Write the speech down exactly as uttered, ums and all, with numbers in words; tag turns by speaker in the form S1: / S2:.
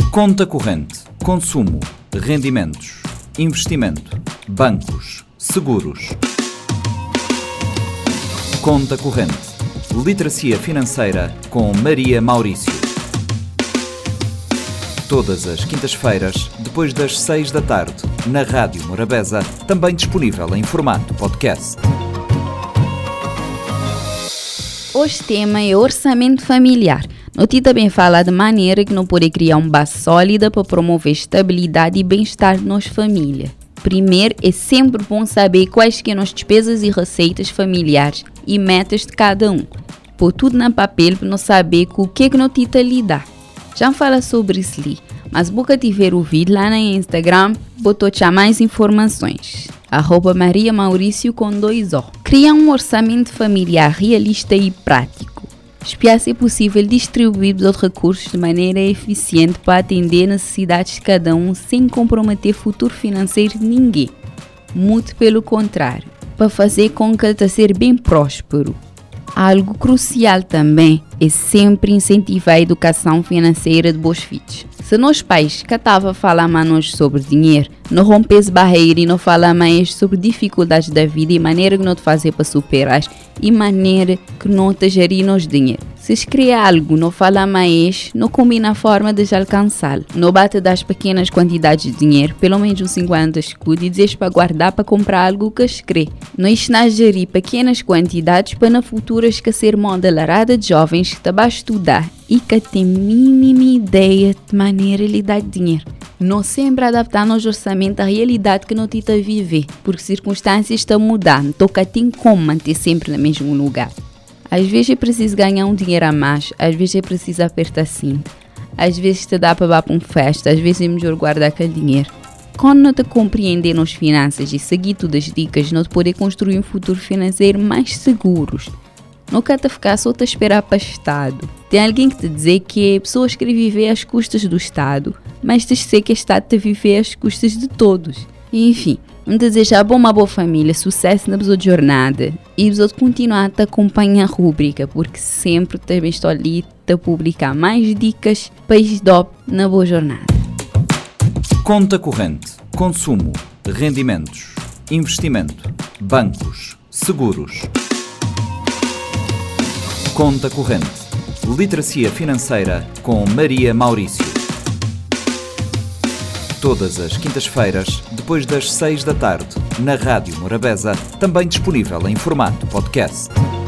S1: Conta corrente, consumo, rendimentos, investimento, bancos, seguros. Conta corrente, literacia financeira com Maria Maurício. Todas as quintas-feiras, depois das seis da tarde, na Rádio Morabeza, também disponível em formato podcast.
S2: Hoje o tema é orçamento familiar. Nós também fala de maneira que não pode criar uma base sólida para promover estabilidade e bem-estar de nossa família. Primeiro, é sempre bom saber quais que são as despesas e receitas familiares e metas de cada um. Pôr tudo na papel para nós saber com o que é que nós tenta lidar. Já fala sobre isso ali, mas boca tiver o vídeo lá no Instagram, botou te mais informações. Arroba Maria Maurício com dois O. Criar um orçamento familiar realista e prático. Espiar se é possível distribuir os recursos de maneira eficiente para atender necessidades de cada um sem comprometer o futuro financeiro de ninguém. Muito pelo contrário, para fazer com que ele te seja bem próspero. Algo crucial também é sempre incentivar a educação financeira de bons filhos. Se nós pais que estavam a falar mais sobre dinheiro, não rompemos barreira e não falar mais sobre dificuldades da vida e maneira que nós fazer para superar e maneira que não te gerir nos dinheiro. Se escrever algo, não falar mais, não combina a forma de alcançá-lo. Não bate das pequenas quantidades de dinheiro, pelo menos uns cinquenta escudos, e dizes para guardar para comprar algo que escreve. Não ensinar a gerir pequenas quantidades para na futura esquecer modelarada de jovens que estão a estudar e que têm mínima ideia de maneira de lidar de dinheiro. Não sempre adaptar nosso orçamento à realidade que não tenta viver, porque circunstâncias estão mudando, toca tem como manter sempre no mesmo lugar. Às vezes é preciso ganhar um dinheiro a mais, às vezes é preciso apertar cinto, às vezes te dá para ir para uma festa, às vezes é melhor guardar aquele dinheiro. Quando não te compreender nas finanças e seguir todas as dicas, não te poder construir um futuro financeiro mais seguro. Não quer te ficar só te esperar para o Estado. Tem alguém que te dizer que é pessoas que querem viver às custas do Estado, mas te dizer que é Estado te viver às custas de todos. E, enfim, me desejar bom uma boa família, sucesso na sua jornada e vos continuar a te acompanhar a rúbrica, porque sempre também estou ali a publicar mais dicas para ajudar na boa jornada.
S1: Conta corrente, consumo, rendimentos, investimento, bancos, seguros. Conta corrente, literacia financeira com Maria Maurício. Todas as quintas-feiras, depois das seis da tarde, na Rádio Morabeza, também disponível em formato podcast.